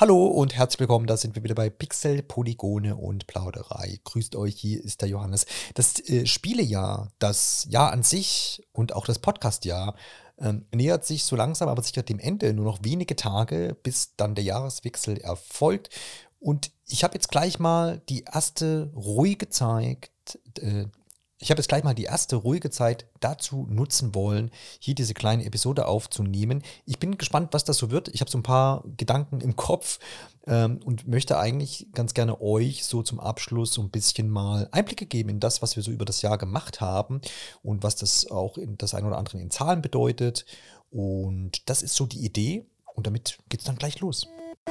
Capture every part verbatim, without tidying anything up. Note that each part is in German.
Hallo und herzlich willkommen, da sind wir wieder bei Pixel, Polygone und Plauderei. Grüßt euch, hier ist der Johannes. Das äh, Spielejahr, das Jahr an sich und auch das Podcastjahr ähm, nähert sich so langsam, aber sicher dem Ende. Nur noch wenige Tage, bis dann der Jahreswechsel erfolgt. Und ich habe jetzt gleich mal die erste ruhige Zeit, äh, ich habe jetzt gleich mal die erste ruhige Zeit dazu nutzen wollen, hier diese kleine Episode aufzunehmen. Ich bin gespannt, was das so wird. Ich habe so ein paar Gedanken im Kopf ähm, und möchte eigentlich ganz gerne euch so zum Abschluss so ein bisschen mal Einblicke geben in das, was wir so über das Jahr gemacht haben und was das auch in das ein oder andere in Zahlen bedeutet. Und das ist so die Idee. Und damit geht es dann gleich los.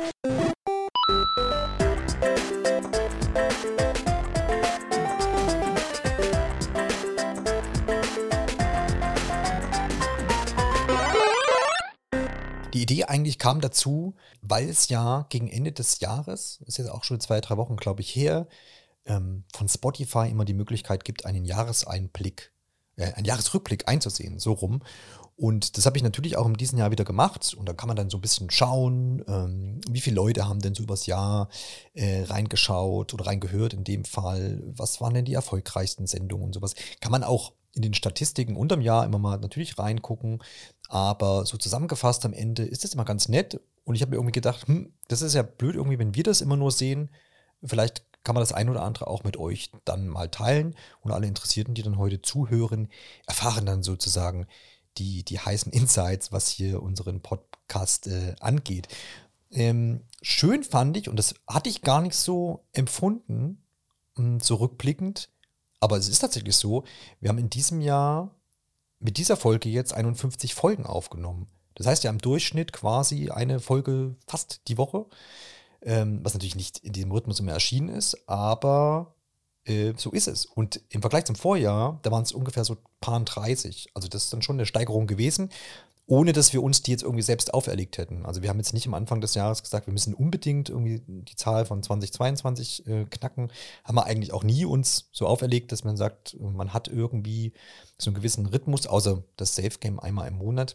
Die Idee eigentlich kam dazu, weil es ja gegen Ende des Jahres, ist jetzt auch schon zwei, drei Wochen, glaube ich, her, ähm, von Spotify immer die Möglichkeit gibt, einen Jahreseinblick, äh, einen Jahresrückblick einzusehen, so rum. Und das habe ich natürlich auch in diesem Jahr wieder gemacht. Und da kann man dann so ein bisschen schauen, ähm, wie viele Leute haben denn so übers Jahr äh, reingeschaut oder reingehört in dem Fall. Was waren denn die erfolgreichsten Sendungen und sowas. Kann man auch in den Statistiken unterm Jahr immer mal natürlich reingucken. Aber so zusammengefasst am Ende ist das immer ganz nett. Und ich habe mir irgendwie gedacht, hm, das ist ja blöd irgendwie, wenn wir das immer nur sehen. Vielleicht kann man das ein oder andere auch mit euch dann mal teilen. Und alle Interessierten, die dann heute zuhören, erfahren dann sozusagen die, die heißen Insights, was hier unseren Podcast äh, angeht. Ähm, schön fand ich, und das hatte ich gar nicht so empfunden, mh, zurückblickend, aber es ist tatsächlich so, wir haben in diesem Jahr mit dieser Folge jetzt einundfünfzig Folgen aufgenommen. Das heißt ja im Durchschnitt quasi eine Folge fast die Woche, ähm, was natürlich nicht in diesem Rhythmus immer erschienen ist, aber äh, so ist es. Und im Vergleich zum Vorjahr, da waren es ungefähr so paar dreißig. Also das ist dann schon eine Steigerung gewesen, ohne dass wir uns die jetzt irgendwie selbst auferlegt hätten. Also wir haben jetzt nicht am Anfang des Jahres gesagt, wir müssen unbedingt irgendwie die Zahl von zweitausendzweiundzwanzig äh, knacken. Haben wir eigentlich auch nie uns so auferlegt, dass man sagt, man hat irgendwie so einen gewissen Rhythmus, außer das Safe Game einmal im Monat.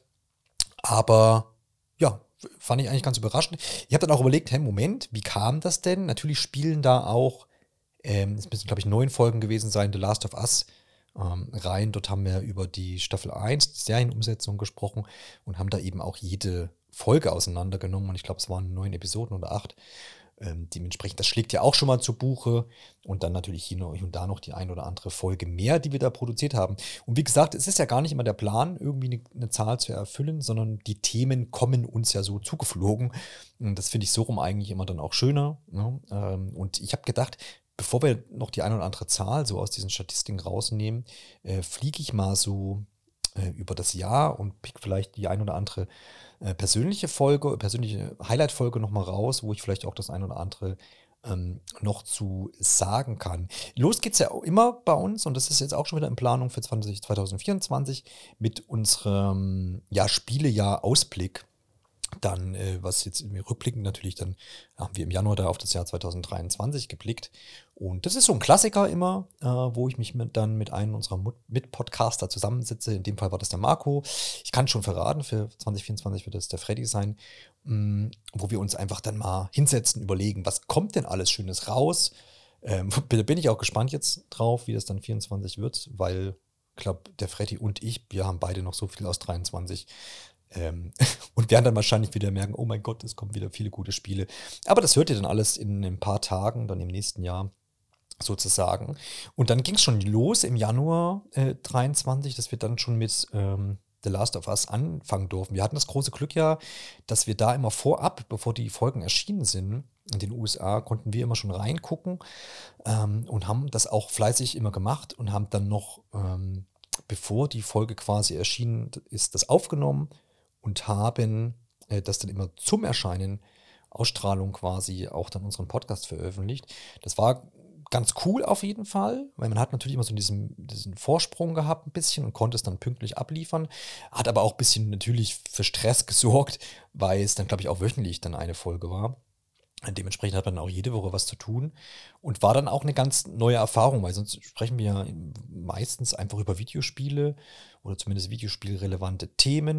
Aber ja, fand ich eigentlich ganz überraschend. Ich habe dann auch überlegt, hey, Moment, wie kam das denn? Natürlich spielen da auch, ähm, es müssen, glaube ich, neun Folgen gewesen sein, The Last of Us ähm, rein. Dort haben wir über die Staffel eins, die Serienumsetzung gesprochen und haben da eben auch jede Folge auseinandergenommen. Und ich glaube, es waren neun Episoden oder acht. Ähm, dementsprechend, das schlägt ja auch schon mal zu Buche. Und dann natürlich hier noch und da noch die ein oder andere Folge mehr, die wir da produziert haben. Und wie gesagt, es ist ja gar nicht immer der Plan, irgendwie eine, eine Zahl zu erfüllen, sondern die Themen kommen uns ja so zugeflogen. Und das finde ich so rum eigentlich immer dann auch schöner. Ne? Ähm, und ich habe gedacht, bevor wir noch die eine oder andere Zahl so aus diesen Statistiken rausnehmen, äh, fliege ich mal so äh, über das Jahr und pick vielleicht die ein oder andere äh, persönliche Folge, persönliche Highlight-Folge nochmal raus, wo ich vielleicht auch das ein oder andere ähm, noch zu sagen kann. Los geht's ja auch immer bei uns, und das ist jetzt auch schon wieder in Planung für zwanzig, zweitausendvierundzwanzig mit unserem ja, Spielejahr-Ausblick. Dann, äh, was jetzt im Rückblickend natürlich, dann haben wir im Januar da auf das Jahr zweitausenddreiundzwanzig geblickt. Und das ist so ein Klassiker immer, äh, wo ich mich mit, dann mit einem unserer Mut- Mit-Podcaster zusammensitze. In dem Fall war das der Marco. Ich kann schon verraten, für zwanzig vierundzwanzig wird das der Freddy sein, mh, wo wir uns einfach dann mal hinsetzen, überlegen, was kommt denn alles Schönes raus. Ähm, da bin ich auch gespannt jetzt drauf, wie das dann vierundzwanzig wird, weil ich glaube, der Freddy und ich, wir haben beide noch so viel aus dreiundzwanzig. Ähm, und werden dann wahrscheinlich wieder merken, oh mein Gott, es kommen wieder viele gute Spiele. Aber das hört ihr dann alles in ein paar Tagen, dann im nächsten Jahr sozusagen. Und dann ging es schon los im Januar äh, dreiundzwanzig, dass wir dann schon mit ähm, The Last of Us anfangen durften. Wir hatten das große Glück ja, dass wir da immer vorab, bevor die Folgen erschienen sind, in den U S A, konnten wir immer schon reingucken ähm, und haben das auch fleißig immer gemacht und haben dann noch, ähm, bevor die Folge quasi erschienen ist, das aufgenommen und haben äh, das dann immer zum Erscheinen, Ausstrahlung quasi, auch dann unseren Podcast veröffentlicht. Das war ganz cool auf jeden Fall, weil man hat natürlich immer so diesen, diesen Vorsprung gehabt ein bisschen und konnte es dann pünktlich abliefern, hat aber auch ein bisschen natürlich für Stress gesorgt, weil es dann, glaube ich, auch wöchentlich dann eine Folge war. Dementsprechend hat man dann auch jede Woche was zu tun und war dann auch eine ganz neue Erfahrung, weil sonst sprechen wir ja meistens einfach über Videospiele oder zumindest videospielrelevante Themen.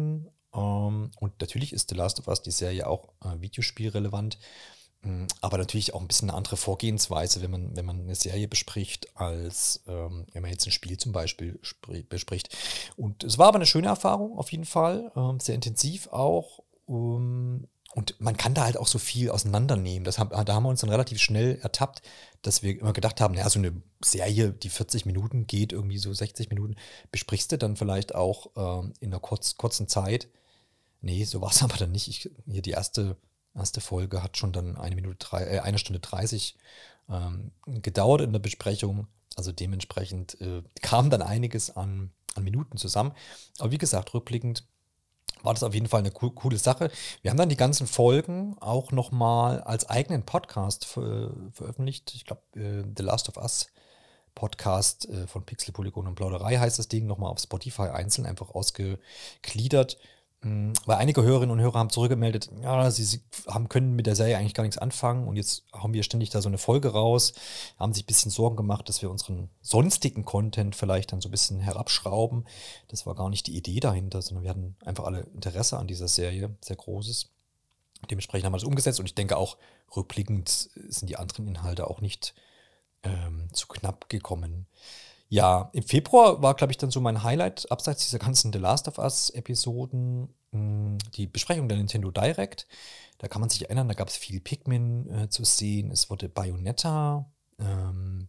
Ähm, und natürlich ist The Last of Us, die Serie, auch äh, videospielrelevant. Mm, Aber natürlich auch ein bisschen eine andere Vorgehensweise, wenn man, wenn man eine Serie bespricht, als ähm, wenn man jetzt ein Spiel zum Beispiel spri- bespricht. Und es war aber eine schöne Erfahrung auf jeden Fall, ähm, sehr intensiv auch. Ähm, und man kann da halt auch so viel auseinandernehmen. Das haben, da haben wir uns dann relativ schnell ertappt, dass wir immer gedacht haben, naja, so eine Serie, die vierzig Minuten geht, irgendwie so sechzig Minuten, besprichst du dann vielleicht auch ähm, in einer kurz, kurzen Zeit. Nee, so war es aber dann nicht. Ich, hier die erste, erste Folge hat schon dann eine Minute drei, äh, eine Stunde dreißig ähm, gedauert in der Besprechung. Also dementsprechend äh, kam dann einiges an, an Minuten zusammen. Aber wie gesagt, rückblickend war das auf jeden Fall eine cool, coole Sache. Wir haben dann die ganzen Folgen auch nochmal als eigenen Podcast ver veröffentlicht. Ich glaube, äh, The Last of Us Podcast äh, von Pixel, Polygon und Plauderei heißt das Ding, nochmal auf Spotify einzeln einfach ausgegliedert. Mm, Weil einige Hörerinnen und Hörer haben zurückgemeldet, ja, sie, sie haben, können mit der Serie eigentlich gar nichts anfangen und jetzt haben wir ständig da so eine Folge raus, haben sich ein bisschen Sorgen gemacht, dass wir unseren sonstigen Content vielleicht dann so ein bisschen herabschrauben. Das war gar nicht die Idee dahinter, sondern wir hatten einfach alle Interesse an dieser Serie, sehr großes. Dementsprechend haben wir das umgesetzt und ich denke auch rückblickend sind die anderen Inhalte auch nicht ähm, zu knapp gekommen. Ja, im Februar war, glaube ich, dann so mein Highlight, abseits dieser ganzen The Last of Us-Episoden, mh, die Besprechung der Nintendo Direct. Da kann man sich erinnern, da gab es viel Pikmin äh, zu sehen. Es wurde Bayonetta ähm,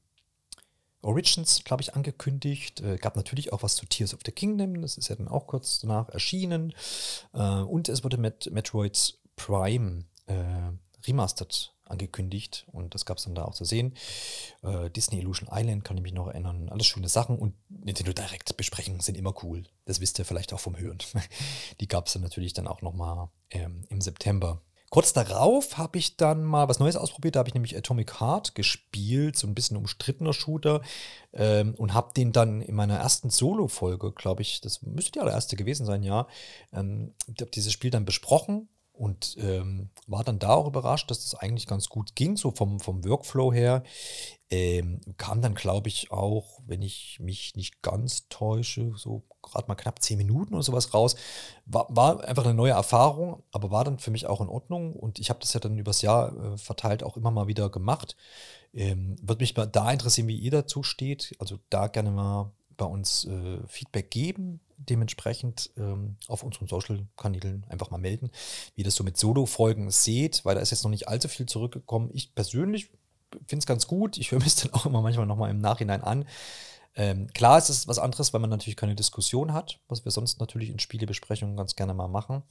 Origins, glaube ich, angekündigt. Äh, gab natürlich auch was zu Tears of the Kingdom, das ist ja dann auch kurz danach erschienen. Äh, und es wurde mit Metroid Prime äh, Remastered angekündigt und das gab es dann da auch zu sehen. Äh, Disney Illusion Island kann ich mich noch erinnern. Alles schöne Sachen und Nintendo Direct Besprechungen sind immer cool. Das wisst ihr vielleicht auch vom Hören. Die gab es dann natürlich dann auch nochmal ähm, im September. Kurz darauf habe ich dann mal was Neues ausprobiert. Da habe ich nämlich Atomic Heart gespielt, so ein bisschen umstrittener Shooter, ähm, und habe den dann in meiner ersten Solo-Folge, glaube ich, das müsste die allererste gewesen sein, ja, ähm, ich habe dieses Spiel dann besprochen und ähm, war dann da auch überrascht, dass das eigentlich ganz gut ging, so vom, vom Workflow her. Ähm, kam dann, glaube ich, auch, wenn ich mich nicht ganz täusche, so gerade mal knapp zehn Minuten oder sowas raus. War, war einfach eine neue Erfahrung, aber war dann für mich auch in Ordnung. Und ich habe das ja dann übers Jahr äh, verteilt auch immer mal wieder gemacht. Ähm, würde mich mal da interessieren, wie ihr dazu steht. Also da gerne mal bei uns äh, Feedback geben. Dementsprechend ähm, auf unseren Social-Kanälen einfach mal melden, wie ihr das so mit Solo-Folgen seht, weil da ist jetzt noch nicht allzu viel zurückgekommen. Ich persönlich finde es ganz gut. Ich höre mir es dann auch immer manchmal nochmal im Nachhinein an. Ähm, klar, es ist was anderes, weil man natürlich keine Diskussion hat, was wir sonst natürlich in Spielebesprechungen ganz gerne mal machen.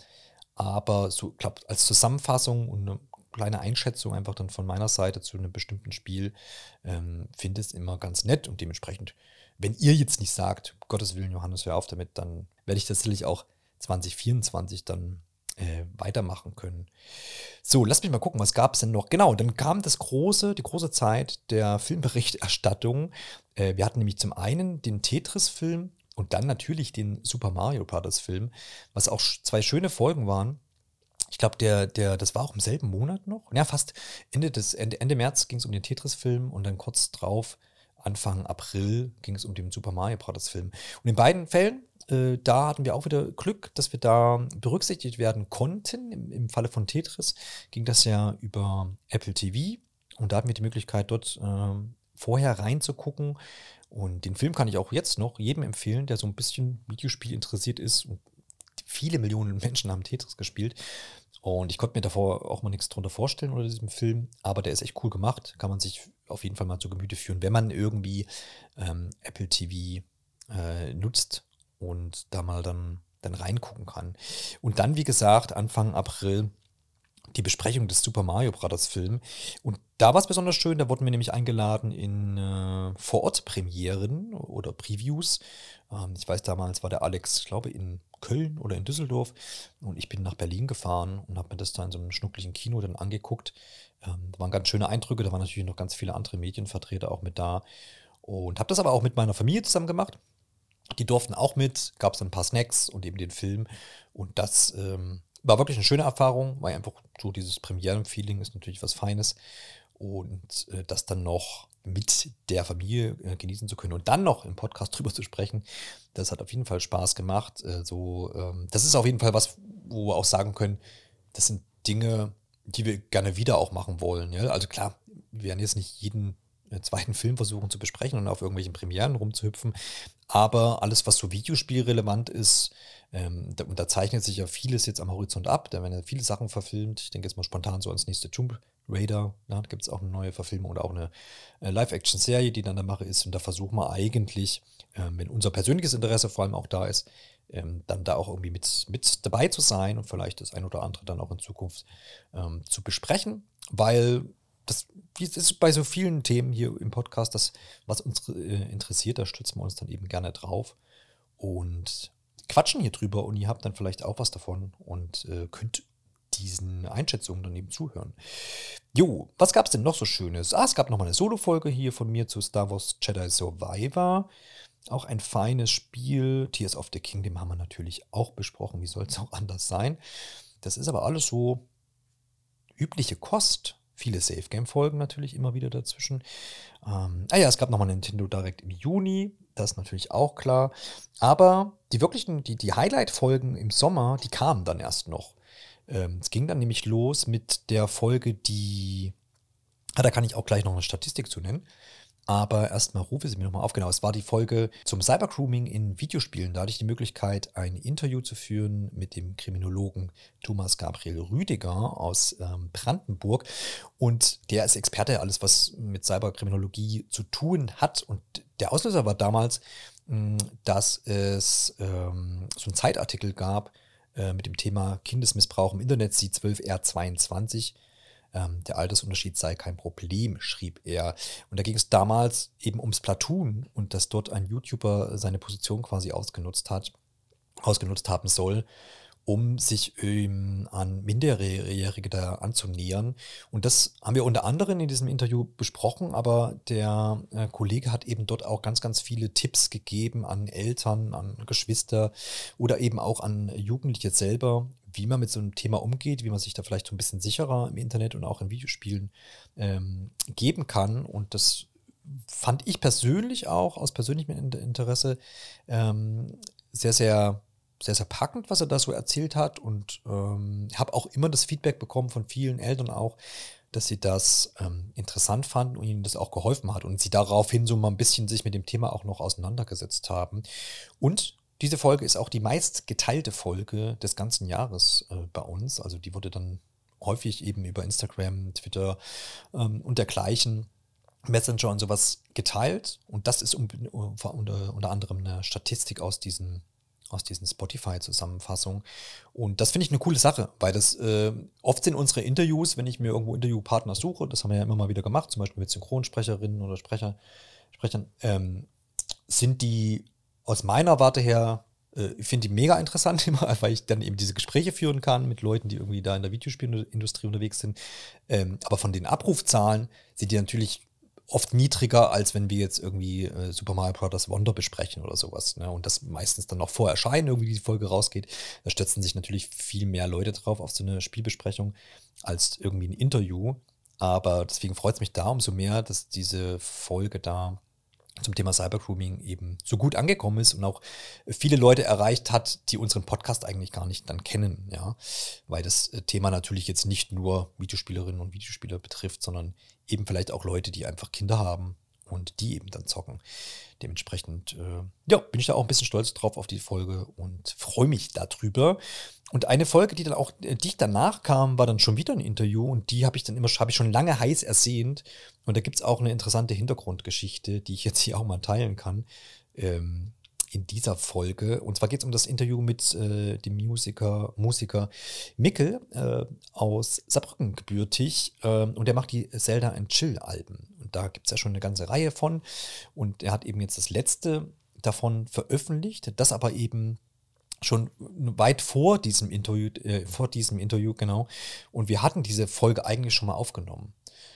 Aber so, glaube als Zusammenfassung und eine kleine Einschätzung einfach dann von meiner Seite zu einem bestimmten Spiel, ähm, finde ich es immer ganz nett und dementsprechend, wenn ihr jetzt nicht sagt, um Gottes Willen, Johannes, hör auf damit, dann werde ich das sicherlich auch zwanzig vierundzwanzig dann äh, weitermachen können. So, lass mich mal gucken, was gab es denn noch? Genau, dann kam das große, die große Zeit der Filmberichterstattung. Äh, wir hatten nämlich zum einen den Tetris-Film und dann natürlich den Super Mario Bros. Film, was auch sch- zwei schöne Folgen waren. Ich glaube, der, der, das war auch im selben Monat noch. Ja, fast Ende des, Ende, Ende März ging es um den Tetris-Film und dann kurz drauf, Anfang April, ging es um den Super Mario Bros. Film. Und in beiden Fällen, äh, da hatten wir auch wieder Glück, dass wir da berücksichtigt werden konnten. Im, Im Falle von Tetris ging das ja über Apple T V und da hatten wir die Möglichkeit, dort ähm, vorher reinzugucken. Und den Film kann ich auch jetzt noch jedem empfehlen, der so ein bisschen Videospiel interessiert ist. Und viele Millionen Menschen haben Tetris gespielt. Und ich konnte mir davor auch mal nichts drunter vorstellen unter diesem Film, aber der ist echt cool gemacht. Kann man sich auf jeden Fall mal zu Gemüte führen, wenn man irgendwie ähm, Apple T V äh, nutzt und da mal dann, dann reingucken kann. Und dann, wie gesagt, Anfang April die Besprechung des Super Mario Bros. Film. Und da war es besonders schön, da wurden wir nämlich eingeladen in äh, Vor-Ort-Premieren oder Previews. Ähm, ich weiß, damals war der Alex, ich glaube, in Köln oder in Düsseldorf und ich bin nach Berlin gefahren und habe mir das da in so einem schnuckligen Kino dann angeguckt. Ähm, da waren ganz schöne Eindrücke, da waren natürlich noch ganz viele andere Medienvertreter auch mit da und habe das aber auch mit meiner Familie zusammen gemacht. Die durften auch mit, gab es ein paar Snacks und eben den Film. Und das ähm, war wirklich eine schöne Erfahrung, weil einfach so dieses Premieren-Feeling ist natürlich was Feines. Und äh, das dann noch mit der Familie äh, genießen zu können und dann noch im Podcast drüber zu sprechen, das hat auf jeden Fall Spaß gemacht. Äh, so, ähm, das ist auf jeden Fall was, wo wir auch sagen können, das sind Dinge, die wir gerne wieder auch machen wollen. Ja? Also klar, wir werden jetzt nicht jeden äh, zweiten Film versuchen zu besprechen und auf irgendwelchen Premieren rumzuhüpfen, aber alles, was so videospielrelevant ist, ähm, da, und da zeichnet sich ja vieles jetzt am Horizont ab. Da werden ja viele Sachen verfilmt. Ich denke jetzt mal spontan so ans nächste Tomb Raider. Ja, da gibt es auch eine neue Verfilmung oder auch eine äh, Live-Action-Serie, die dann der Mache ist. Und da versuchen wir eigentlich, ähm, wenn unser persönliches Interesse vor allem auch da ist, ähm, dann da auch irgendwie mit, mit dabei zu sein und vielleicht das ein oder andere dann auch in Zukunft ähm, zu besprechen, weil das, das ist bei so vielen Themen hier im Podcast, das, was uns äh, interessiert, da stützen wir uns dann eben gerne drauf und quatschen hier drüber und ihr habt dann vielleicht auch was davon und äh, könnt diesen Einschätzungen dann eben zuhören. Jo, was gab es denn noch so Schönes? Ah, es gab nochmal eine Solo-Folge hier von mir zu Star Wars Jedi Survivor. Auch ein feines Spiel. Tears of the Kingdom haben wir natürlich auch besprochen. Wie soll es auch anders sein? Das ist aber alles so übliche Kost. Viele Safe-Game-Folgen natürlich immer wieder dazwischen. Ähm, ah ja, es gab nochmal Nintendo Direct im Juni. Das ist natürlich auch klar. Aber die wirklichen, die, die Highlight-Folgen im Sommer, die kamen dann erst noch. Ähm, es ging dann nämlich los mit der Folge, die. Ah, da kann ich auch gleich noch eine Statistik zu nennen. Aber erstmal rufe sie mir nochmal auf. Genau, es war die Folge zum Cybergrooming in Videospielen. Da hatte ich die Möglichkeit, ein Interview zu führen mit dem Kriminologen Thomas Gabriel Rüdiger aus ähm, Brandenburg. Und der ist Experte, alles was mit Cyberkriminologie zu tun hat. Und der Auslöser war damals, mh, dass es ähm, so einen Zeitartikel gab äh, mit dem Thema Kindesmissbrauch im Internet, C zwölf R zweiundzwanzig. Ähm, der Altersunterschied sei kein Problem, schrieb er. Und da ging es damals eben ums Platoon und dass dort ein YouTuber seine Position quasi ausgenutzt hat, ausgenutzt haben soll, um sich ähm, an Minderjährige da anzunähern. Und das haben wir unter anderem in diesem Interview besprochen, aber der äh, Kollege hat eben dort auch ganz, ganz viele Tipps gegeben an Eltern, an Geschwister oder eben auch an Jugendliche selber, wie man mit so einem Thema umgeht, wie man sich da vielleicht so ein bisschen sicherer im Internet und auch in Videospielen ähm, geben kann. Und das fand ich persönlich auch aus persönlichem Interesse ähm, sehr, sehr sehr, sehr packend, was er da so erzählt hat und ähm, habe auch immer das Feedback bekommen von vielen Eltern auch, dass sie das ähm, interessant fanden und ihnen das auch geholfen hat und sie daraufhin so mal ein bisschen sich mit dem Thema auch noch auseinandergesetzt haben. Und diese Folge ist auch die meist geteilte Folge des ganzen Jahres äh, bei uns. Also die wurde dann häufig eben über Instagram, Twitter ähm, und dergleichen Messenger und sowas geteilt. Und das ist un unter, unter anderem eine Statistik aus diesen aus diesen Spotify-Zusammenfassungen. Und das finde ich eine coole Sache, weil das äh, oft sind unsere Interviews, wenn ich mir irgendwo Interviewpartner suche, das haben wir ja immer mal wieder gemacht, zum Beispiel mit Synchronsprecherinnen oder Sprecher, Sprechern, ähm, sind die aus meiner Warte her, äh, ich finde die mega interessant immer, weil ich dann eben diese Gespräche führen kann mit Leuten, die irgendwie da in der Videospielindustrie unterwegs sind. Ähm, aber von den Abrufzahlen sind die natürlich oft niedriger, als wenn wir jetzt irgendwie äh, Super Mario Bros. Wonder besprechen oder sowas. Ne? Und das meistens dann noch vor Erscheinen irgendwie die Folge rausgeht. Da stürzen sich natürlich viel mehr Leute drauf auf so eine Spielbesprechung als irgendwie ein Interview. Aber deswegen freut es mich da umso mehr, dass diese Folge da zum Thema Cybergrooming eben so gut angekommen ist und auch viele Leute erreicht hat, die unseren Podcast eigentlich gar nicht dann kennen, ja, weil das Thema natürlich jetzt nicht nur Videospielerinnen und Videospieler betrifft, sondern eben vielleicht auch Leute, die einfach Kinder haben und die eben dann zocken. Dementsprechend, äh, ja, bin ich da auch ein bisschen stolz drauf auf die Folge und freue mich darüber. Und eine Folge, die dann auch äh, dicht danach kam, war dann schon wieder ein Interview und die habe ich dann immer, habe ich schon lange heiß ersehnt. Und da gibt es auch eine interessante Hintergrundgeschichte, die ich jetzt hier auch mal teilen kann. Ähm, in dieser Folge. Und zwar geht es um das Interview mit äh, dem Musiker, Musiker Mickel äh, aus Saarbrücken gebürtig. Äh, und der macht die Zelda and Chill-Alben. Und da gibt es ja schon eine ganze Reihe von. Und er hat eben jetzt das letzte davon veröffentlicht, das aber eben schon weit vor diesem Interview, äh, vor diesem Interview, genau. Und wir hatten diese Folge eigentlich schon mal aufgenommen.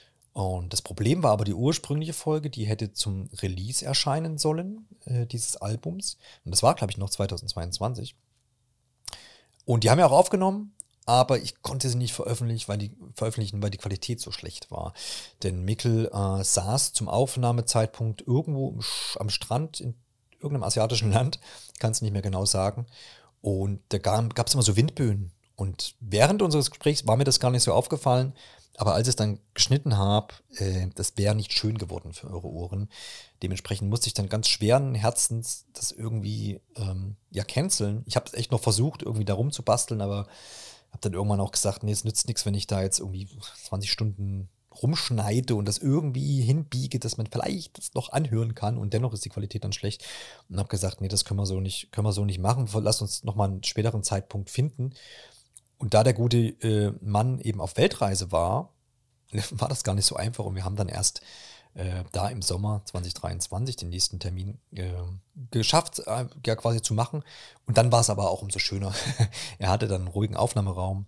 Und das Problem war aber die ursprüngliche Folge, die hätte zum Release erscheinen sollen, äh, dieses Albums. Und das war, glaube ich, noch zweitausendzweiundzwanzig. Und die haben wir auch aufgenommen, aber ich konnte sie nicht veröffentlichen, weil die, veröffentlichen, weil die Qualität so schlecht war. Denn Mikkel äh, saß zum Aufnahmezeitpunkt irgendwo im Sch- am Strand in irgendeinem asiatischen Land, kann es nicht mehr genau sagen. Und da gab es immer so Windböen. Und während unseres Gesprächs war mir das gar nicht so aufgefallen. Aber als ich es dann geschnitten habe, äh, das wäre nicht schön geworden für eure Ohren. Dementsprechend musste ich dann ganz schweren Herzens das irgendwie ähm, ja canceln. Ich habe es echt noch versucht, irgendwie da rumzubasteln, aber habe dann irgendwann auch gesagt, nee, es nützt nichts, wenn ich da jetzt irgendwie zwanzig Stunden rumschneide und das irgendwie hinbiege, dass man vielleicht das noch anhören kann und dennoch ist die Qualität dann schlecht. Und habe gesagt, nee, das können wir so nicht, können wir so nicht machen. Lass uns nochmal einen späteren Zeitpunkt finden. Und da der gute äh, Mann eben auf Weltreise war, war das gar nicht so einfach. Und wir haben dann erst äh, da im Sommer zwanzig dreiundzwanzig den nächsten Termin äh, geschafft, äh, ja quasi zu machen. Und dann war es aber auch umso schöner. Er hatte dann einen ruhigen Aufnahmeraum.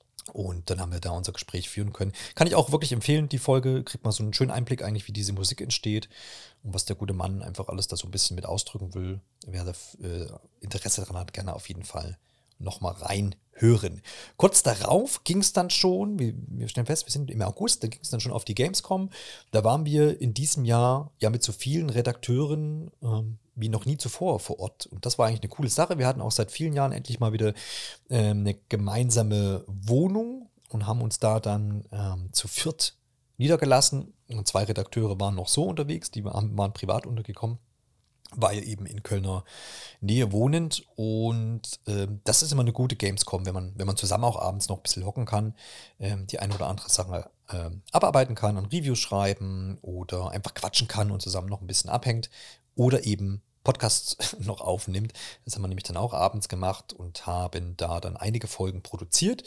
Und dann haben wir da unser Gespräch führen können. Kann ich auch wirklich empfehlen, die Folge. Kriegt man so einen schönen Einblick eigentlich, wie diese Musik entsteht und was der gute Mann einfach alles da so ein bisschen mit ausdrücken will. Wer da äh, Interesse daran hat, gerne auf jeden Fall nochmal reinhören. Kurz darauf ging es dann schon, wir, wir stellen fest, wir sind im August, da ging es dann schon auf die Gamescom. Da waren wir in diesem Jahr ja mit so vielen Redakteuren ähm, wie noch nie zuvor vor Ort. Und das war eigentlich eine coole Sache. Wir hatten auch seit vielen Jahren endlich mal wieder ähm, eine gemeinsame Wohnung und haben uns da dann ähm, zu viert niedergelassen. Und zwei Redakteure waren noch so unterwegs, die waren, waren privat untergekommen, weil eben in Kölner Nähe wohnend. Und ähm, das ist immer eine gute Gamescom, wenn man, wenn man zusammen auch abends noch ein bisschen hocken kann, ähm, die eine oder andere Sache ähm, abarbeiten kann und Reviews schreiben oder einfach quatschen kann und zusammen noch ein bisschen abhängt oder eben Podcasts noch aufnimmt. Das haben wir nämlich dann auch abends gemacht und haben da dann einige Folgen produziert.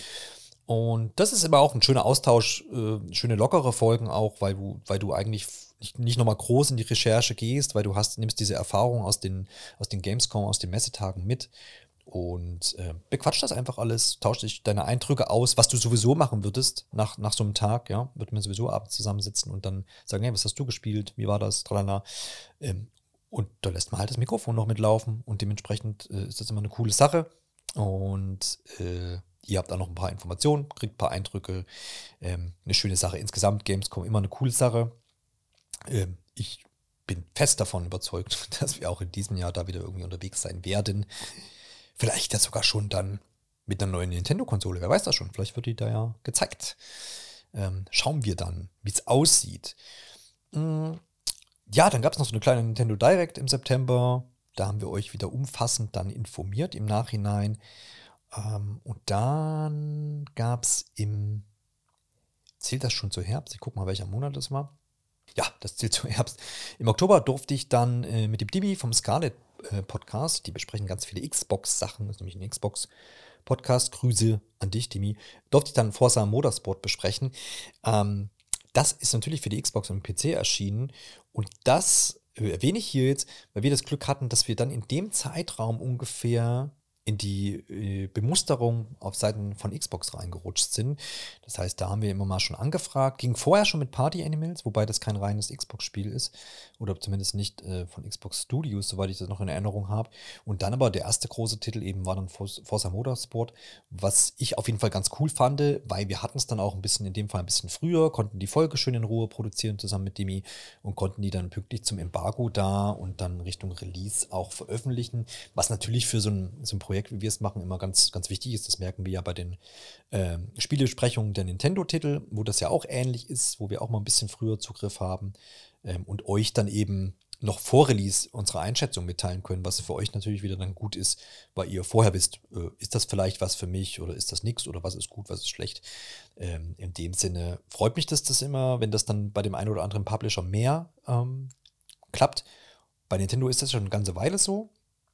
Und das ist immer auch ein schöner Austausch, äh, schöne lockere Folgen auch, weil du, weil du eigentlich nicht, nicht nochmal groß in die Recherche gehst, weil du hast, nimmst diese Erfahrung aus den, aus den Gamescom, aus den Messetagen mit und äh, bequatscht das einfach alles, tauscht dich deine Eindrücke aus, was du sowieso machen würdest nach, nach so einem Tag, ja, wird man sowieso abends zusammensitzen und dann sagen, hey, was hast du gespielt, wie war das, tralala. Ähm, und da lässt man halt das Mikrofon noch mitlaufen und dementsprechend äh, ist das immer eine coole Sache und äh, ihr habt auch noch ein paar Informationen, kriegt ein paar Eindrücke. Ähm, eine schöne Sache. Insgesamt Gamescom immer eine coole Sache. Ähm, ich bin fest davon überzeugt, dass wir auch in diesem Jahr da wieder irgendwie unterwegs sein werden. Vielleicht ja sogar schon dann mit einer neuen Nintendo-Konsole. Wer weiß das schon? Vielleicht wird die da ja gezeigt. Ähm, schauen wir dann, wie es aussieht. Mm, ja, dann gab es noch so eine kleine Nintendo Direct im September. Da haben wir euch wieder umfassend dann informiert im Nachhinein. Ähm, und dann gab es im, zählt das schon zu Herbst? Ich guck mal, welcher Monat das war. Ja, das zählt zu Herbst. Im Oktober durfte ich dann äh, mit dem Dibi vom Scarlet äh, Podcast, die besprechen ganz viele Xbox-Sachen, das ist nämlich ein Xbox-Podcast, Grüße an dich, Dimi, durfte ich dann Forza Motorsport besprechen. Ähm, das ist natürlich für die Xbox und den P C erschienen und das äh, erwähne ich hier jetzt, weil wir das Glück hatten, dass wir dann in dem Zeitraum ungefähr in die äh, Bemusterung auf Seiten von Xbox reingerutscht sind. Das heißt, da haben wir immer mal schon angefragt. Ging vorher schon mit Party Animals, wobei das kein reines Xbox-Spiel ist. Oder zumindest nicht äh, von Xbox Studios, soweit ich das noch in Erinnerung habe. Und dann aber der erste große Titel eben war dann Forza Motorsport, was ich auf jeden Fall ganz cool fand, weil wir hatten es dann auch ein bisschen, in dem Fall ein bisschen früher, konnten die Folge schön in Ruhe produzieren zusammen mit Demi und konnten die dann pünktlich zum Embargo da und dann Richtung Release auch veröffentlichen, was natürlich für so ein, so ein Projekt, wie wir es machen, immer ganz, ganz wichtig ist. Das merken wir ja bei den ähm, Spielebesprechungen der Nintendo-Titel, wo das ja auch ähnlich ist, wo wir auch mal ein bisschen früher Zugriff haben ähm, und euch dann eben noch vor Release unsere Einschätzung mitteilen können, was für euch natürlich wieder dann gut ist, weil ihr vorher wisst, äh, ist das vielleicht was für mich oder ist das nichts oder was ist gut, was ist schlecht. Ähm, in dem Sinne freut mich das, das immer, wenn das dann bei dem einen oder anderen Publisher mehr ähm, klappt. Bei Nintendo ist das schon eine ganze Weile so.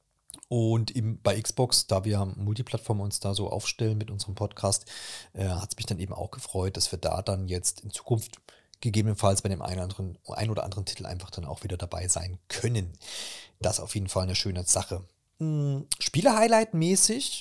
Und eben bei Xbox, da wir Multiplattform uns da so aufstellen mit unserem Podcast, äh, hat es mich dann eben auch gefreut, dass wir da dann jetzt in Zukunft gegebenenfalls bei dem einen, anderen, ein oder anderen Titel einfach dann auch wieder dabei sein können. Das ist auf jeden Fall eine schöne Sache. Hm, Spiele-Highlight-mäßig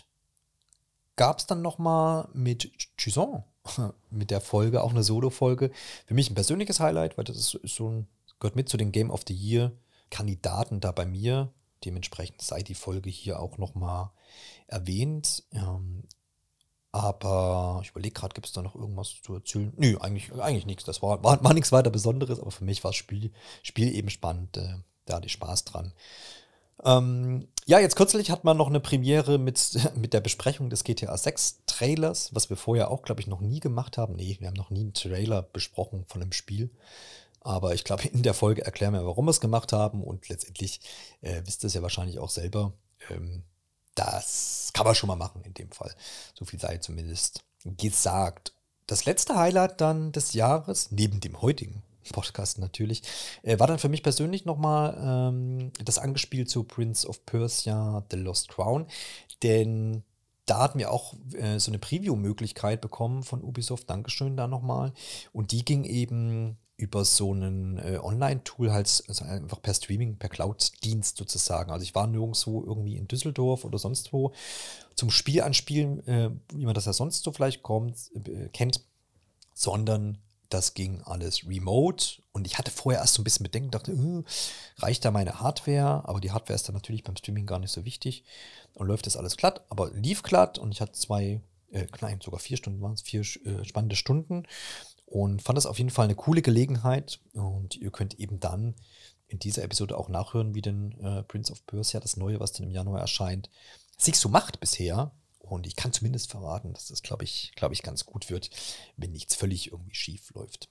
gab es dann nochmal mit Chison, mit der Folge, auch eine Solo-Folge. Für mich ein persönliches Highlight, weil das ist, ist so ein, gehört mit zu den Game of the Year Kandidaten da bei mir. Dementsprechend sei die Folge hier auch nochmal erwähnt. Ähm, Aber ich überlege gerade, gibt es da noch irgendwas zu erzählen? Nö, eigentlich, eigentlich nichts. Das war, war, war nichts weiter Besonderes, aber für mich war das Spiel, Spiel eben spannend. Äh, da hatte ich Spaß dran. Ähm, ja, jetzt kürzlich hat man noch eine Premiere mit, mit der Besprechung des G T A sechs Trailers, was wir vorher auch, glaube ich, noch nie gemacht haben. Nee, wir haben noch nie einen Trailer besprochen von einem Spiel. Aber ich glaube, in der Folge erklären wir, warum wir es gemacht haben. Und letztendlich äh, wisst ihr es ja wahrscheinlich auch selber. Ähm, das kann man schon mal machen in dem Fall. So viel sei zumindest gesagt. Das letzte Highlight dann des Jahres, neben dem heutigen Podcast natürlich, äh, war dann für mich persönlich nochmal ähm, das Angespiel zu Prince of Persia: The Lost Crown. Denn da hatten wir auch äh, so eine Preview-Möglichkeit bekommen von Ubisoft. Dankeschön da nochmal. Und die ging eben über so einen äh, Online-Tool, halt also einfach per Streaming, per Cloud-Dienst sozusagen. Also ich war nirgendwo irgendwie in Düsseldorf oder sonst wo zum Spiel anspielen, äh, wie man das ja sonst so vielleicht kommt, äh, kennt, sondern das ging alles remote. Und ich hatte vorher erst so ein bisschen Bedenken, dachte, äh, reicht da meine Hardware? Aber die Hardware ist dann natürlich beim Streaming gar nicht so wichtig. Und läuft das alles glatt, aber lief glatt und ich hatte zwei, äh, nein, sogar vier Stunden waren es, vier äh, spannende Stunden und fand das auf jeden Fall eine coole Gelegenheit. Und ihr könnt eben dann in dieser Episode auch nachhören, wie denn äh, Prince of Persia, das Neue, was dann im Januar erscheint, sich so macht bisher. Und ich kann zumindest verraten, dass das, glaube ich, glaube ich, ganz gut wird, wenn nichts völlig irgendwie schief läuft.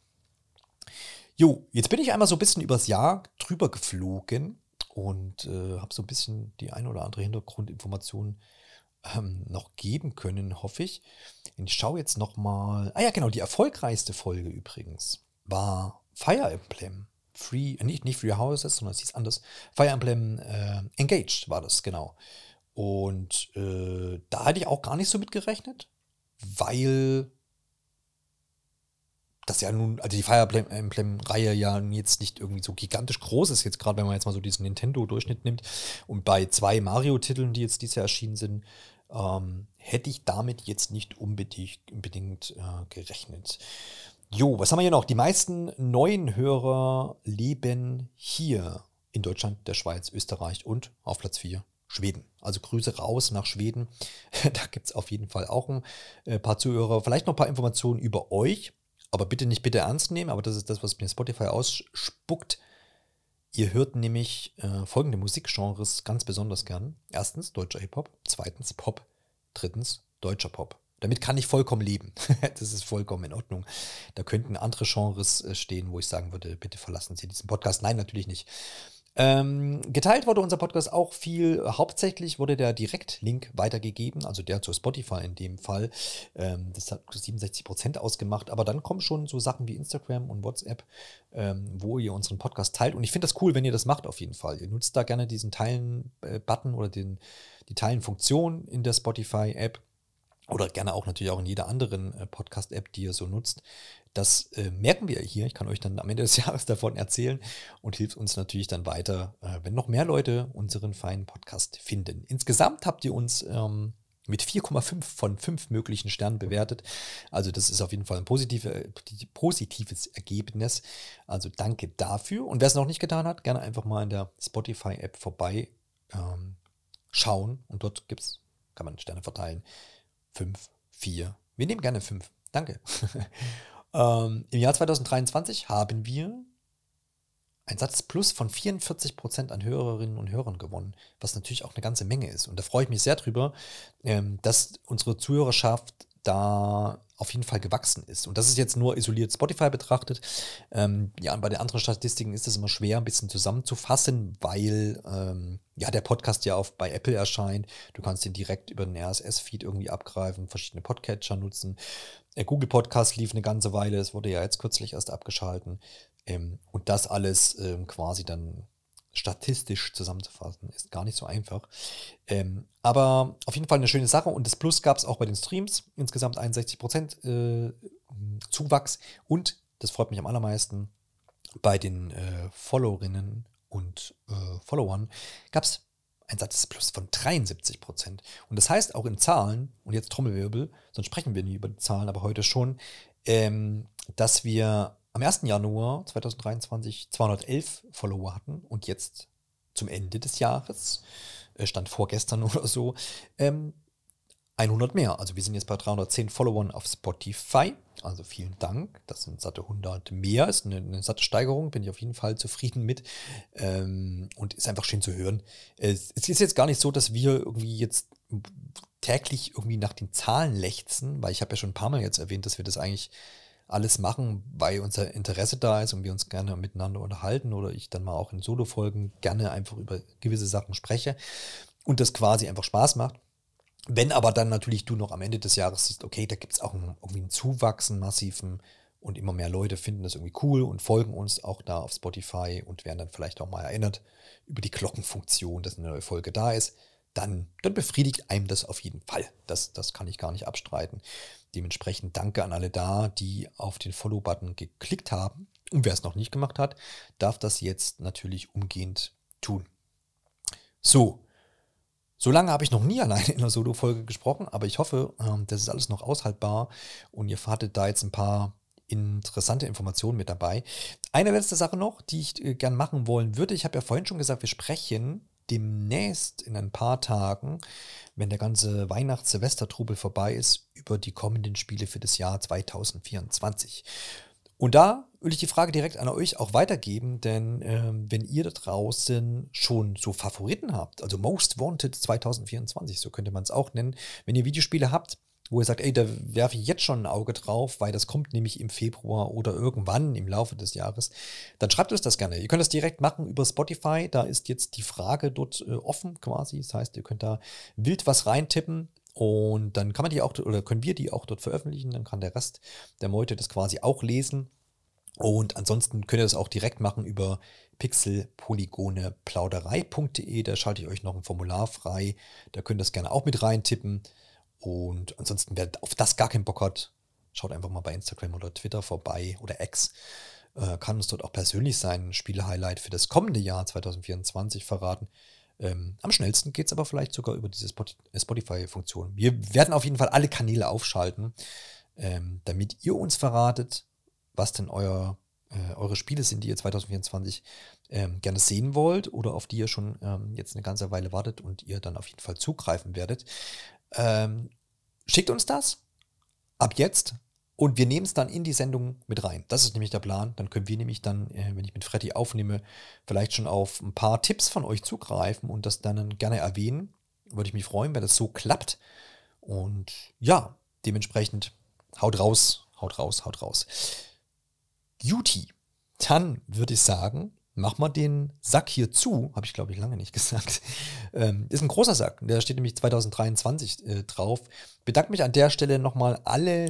Jo, jetzt bin ich einmal so ein bisschen übers Jahr drüber geflogen und äh, habe so ein bisschen die ein oder andere Hintergrundinformation ähm, noch geben können, hoffe ich. Ich schaue jetzt noch mal. Ah ja, genau, die erfolgreichste Folge übrigens war Fire Emblem. Free, äh, nicht, nicht Free Houses, sondern es hieß anders. Fire Emblem äh, Engaged war das, genau. Und äh, da hatte ich auch gar nicht so mit gerechnet, weil das ja nun, also die Fire Emblem-Reihe ja jetzt nicht irgendwie so gigantisch groß ist, jetzt gerade wenn man jetzt mal so diesen Nintendo-Durchschnitt nimmt. Und bei zwei Mario-Titeln, die jetzt dieses Jahr erschienen sind, ähm, hätte ich damit jetzt nicht unbedingt, unbedingt äh, gerechnet. Jo, was haben wir hier noch? Die meisten neuen Hörer leben hier in Deutschland, der Schweiz, Österreich und auf Platz vier Schweden. Also Grüße raus nach Schweden. Da gibt es auf jeden Fall auch ein äh, paar Zuhörer. Vielleicht noch ein paar Informationen über euch. Aber bitte nicht bitte ernst nehmen, aber das ist das, was mir Spotify ausspuckt. Ihr hört nämlich äh, folgende Musikgenres ganz besonders gern. Erstens deutscher Hip-Hop, zweitens Pop, drittens deutscher Pop. Damit kann ich vollkommen leben. Das ist vollkommen in Ordnung. Da könnten andere Genres äh, stehen, wo ich sagen würde, bitte verlassen Sie diesen Podcast. Nein, natürlich nicht. Ähm, geteilt wurde unser Podcast auch viel. Hauptsächlich wurde der Direktlink weitergegeben, also der zu Spotify in dem Fall. Ähm, das hat siebenundsechzig Prozent ausgemacht. Aber dann kommen schon so Sachen wie Instagram und WhatsApp, ähm, wo ihr unseren Podcast teilt. Und ich finde das cool, wenn ihr das macht auf jeden Fall. Ihr nutzt da gerne diesen Teilen-Button oder den, die Teilen-Funktion in der Spotify-App. Oder gerne auch natürlich auch in jeder anderen äh, Podcast-App, die ihr so nutzt. Das äh, merken wir hier. Ich kann euch dann am Ende des Jahres davon erzählen und hilft uns natürlich dann weiter, äh, wenn noch mehr Leute unseren feinen Podcast finden. Insgesamt habt ihr uns ähm, mit vier Komma fünf von fünf möglichen Sternen bewertet. Also das ist auf jeden Fall ein positive, positives Ergebnis. Also danke dafür. Und wer es noch nicht getan hat, gerne einfach mal in der Spotify-App vorbei ähm, schauen. Und dort gibt's, kann man Sterne verteilen. Fünf, vier. Wir nehmen gerne fünf. Danke. ähm, Im Jahr zwanzig dreiundzwanzig haben wir ein Satz plus von vierundvierzig Prozent an Hörerinnen und Hörern gewonnen, was natürlich auch eine ganze Menge ist. Und da freue ich mich sehr drüber, ähm, dass unsere Zuhörerschaft da auf jeden Fall gewachsen ist. Und das ist jetzt nur isoliert Spotify betrachtet. Ähm, ja, bei den anderen Statistiken ist es immer schwer, ein bisschen zusammenzufassen, weil ähm, ja der Podcast ja auch bei Apple erscheint. Du kannst den direkt über den R S S-Feed irgendwie abgreifen, verschiedene Podcatcher nutzen. Äh, Google Podcast lief eine ganze Weile, es wurde ja jetzt kürzlich erst abgeschalten. Ähm, und das alles ähm, quasi dann statistisch zusammenzufassen, ist gar nicht so einfach. Ähm, aber auf jeden Fall eine schöne Sache. Und das Plus gab es auch bei den Streams. Insgesamt einundsechzig Prozent äh, Zuwachs. Und, das freut mich am allermeisten, bei den äh, Followerinnen und äh, Followern gab es ein sattes Plus von dreiundsiebzig Prozent. Und das heißt auch in Zahlen, und jetzt Trommelwirbel, sonst sprechen wir nie über die Zahlen, aber heute schon, ähm, dass wir am ersten Januar zweitausenddreiundzwanzig zweihundertelf Follower hatten und jetzt zum Ende des Jahres, äh, stand vorgestern oder so, ähm, hundert mehr. Also wir sind jetzt bei dreihundertzehn Followern auf Spotify. Also vielen Dank. Das sind satte hundert mehr. Ist eine, eine satte Steigerung. Bin ich auf jeden Fall zufrieden mit. Ähm, und ist einfach schön zu hören. Es, es ist jetzt gar nicht so, dass wir irgendwie jetzt täglich irgendwie nach den Zahlen lechzen, weil ich habe ja schon ein paar Mal jetzt erwähnt, dass wir das eigentlich alles machen, weil unser Interesse da ist und wir uns gerne miteinander unterhalten oder ich dann mal auch in Solo-Folgen gerne einfach über gewisse Sachen spreche und das quasi einfach Spaß macht. Wenn aber dann natürlich du noch am Ende des Jahres siehst, okay, da gibt es auch einen, irgendwie einen Zuwachs, einen massiven und immer mehr Leute finden das irgendwie cool und folgen uns auch da auf Spotify und werden dann vielleicht auch mal erinnert über die Glockenfunktion, dass eine neue Folge da ist, dann, dann befriedigt einem das auf jeden Fall. Das, das kann ich gar nicht abstreiten. Dementsprechend danke an alle da, die auf den Follow-Button geklickt haben. Und wer es noch nicht gemacht hat, darf das jetzt natürlich umgehend tun. So, so lange habe ich noch nie alleine in einer Solo-Folge gesprochen, aber ich hoffe, ähm, das ist alles noch aushaltbar und ihr hattet da jetzt ein paar interessante Informationen mit dabei. Eine letzte Sache noch, die ich äh, gern machen wollen würde. Ich habe ja vorhin schon gesagt, wir sprechen demnächst in ein paar Tagen, wenn der ganze Weihnachts-Silvester-Trubel vorbei ist, über die kommenden Spiele für das Jahr zweitausendvierundzwanzig. Und da will ich die Frage direkt an euch auch weitergeben, denn ähm, wenn ihr da draußen schon so Favoriten habt, also Most Wanted zweitausendvierundzwanzig, so könnte man es auch nennen, wenn ihr Videospiele habt, wo ihr sagt, ey, da werfe ich jetzt schon ein Auge drauf, weil das kommt nämlich im Februar oder irgendwann im Laufe des Jahres, dann schreibt uns das gerne. Ihr könnt das direkt machen über Spotify, da ist jetzt die Frage dort äh, offen quasi, das heißt, ihr könnt da wild was reintippen. Und dann kann man die auch, oder können wir die auch dort veröffentlichen, dann kann der Rest der Meute das quasi auch lesen. Und ansonsten könnt ihr das auch direkt machen über pixelpolygoneplauderei punkt de. Da schalte ich euch noch ein Formular frei. Da könnt ihr das gerne auch mit reintippen. Und ansonsten, wer auf das gar keinen Bock hat, schaut einfach mal bei Instagram oder Twitter vorbei oder X. Äh, kann uns dort auch persönlich sein Spiele-Highlight für das kommende Jahr zweitausendvierundzwanzig verraten. Ähm, am schnellsten geht es aber vielleicht sogar über diese Spotify-Funktion. Wir werden auf jeden Fall alle Kanäle aufschalten, ähm, damit ihr uns verratet, was denn euer, äh, eure Spiele sind, die ihr zweitausendvierundzwanzig ähm, gerne sehen wollt oder auf die ihr schon ähm, jetzt eine ganze Weile wartet und ihr dann auf jeden Fall zugreifen werdet. Ähm, schickt uns das ab jetzt und wir nehmen es dann in die Sendung mit rein. Das ist nämlich der Plan. Dann können wir nämlich dann, äh, wenn ich mit Freddy aufnehme, vielleicht schon auf ein paar Tipps von euch zugreifen und das dann gerne erwähnen. Würde ich mich freuen, wenn das so klappt. Und ja, dementsprechend haut raus, haut raus, haut raus. Juti, dann würde ich sagen, mach mal den Sack hier zu. Habe ich, glaube ich, lange nicht gesagt. Ähm, ist ein großer Sack. Der steht nämlich zweitausenddreiundzwanzig äh, drauf. Bedanke mich an der Stelle nochmal alle,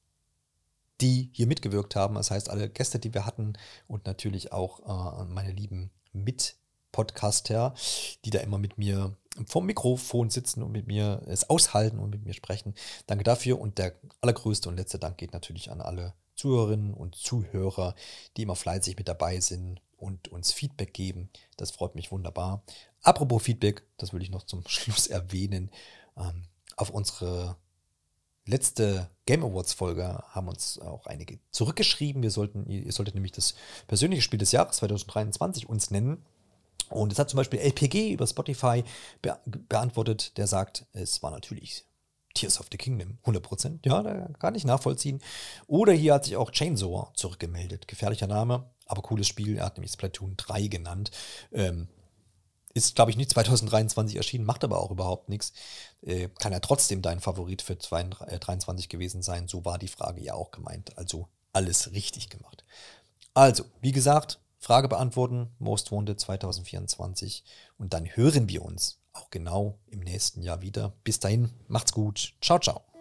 die hier mitgewirkt haben. Das heißt, alle Gäste, die wir hatten und natürlich auch äh, meine lieben Mit-Podcaster, die da immer mit mir vorm Mikrofon sitzen und mit mir es aushalten und mit mir sprechen. Danke dafür und der allergrößte und letzte Dank geht natürlich an alle Zuhörerinnen und Zuhörer, die immer fleißig mit dabei sind und uns Feedback geben. Das freut mich wunderbar. Apropos Feedback, das will ich noch zum Schluss erwähnen. Ähm, auf unsere letzte Game Awards Folge haben uns auch einige zurückgeschrieben. Wir sollten, ihr solltet nämlich das persönliche Spiel des Jahres zweitausenddreiundzwanzig uns nennen. Und es hat zum Beispiel L P G über Spotify be beantwortet, der sagt, es war natürlich Tears of the Kingdom, hundert Prozent. Ja, da kann ich nachvollziehen. Oder hier hat sich auch Chainsaw zurückgemeldet. Gefährlicher Name, aber cooles Spiel. Er hat nämlich Splatoon drei genannt. Ähm, ist, glaube ich, nicht zweitausenddreiundzwanzig erschienen, macht aber auch überhaupt nichts. Äh, kann ja trotzdem dein Favorit für zweitausenddreiundzwanzig gewesen sein. So war die Frage ja auch gemeint. Also alles richtig gemacht. Also, wie gesagt, Frage beantworten, Most Wanted zweitausendvierundzwanzig. Und dann hören wir uns auch genau im nächsten Jahr wieder. Bis dahin, macht's gut. Ciao, ciao.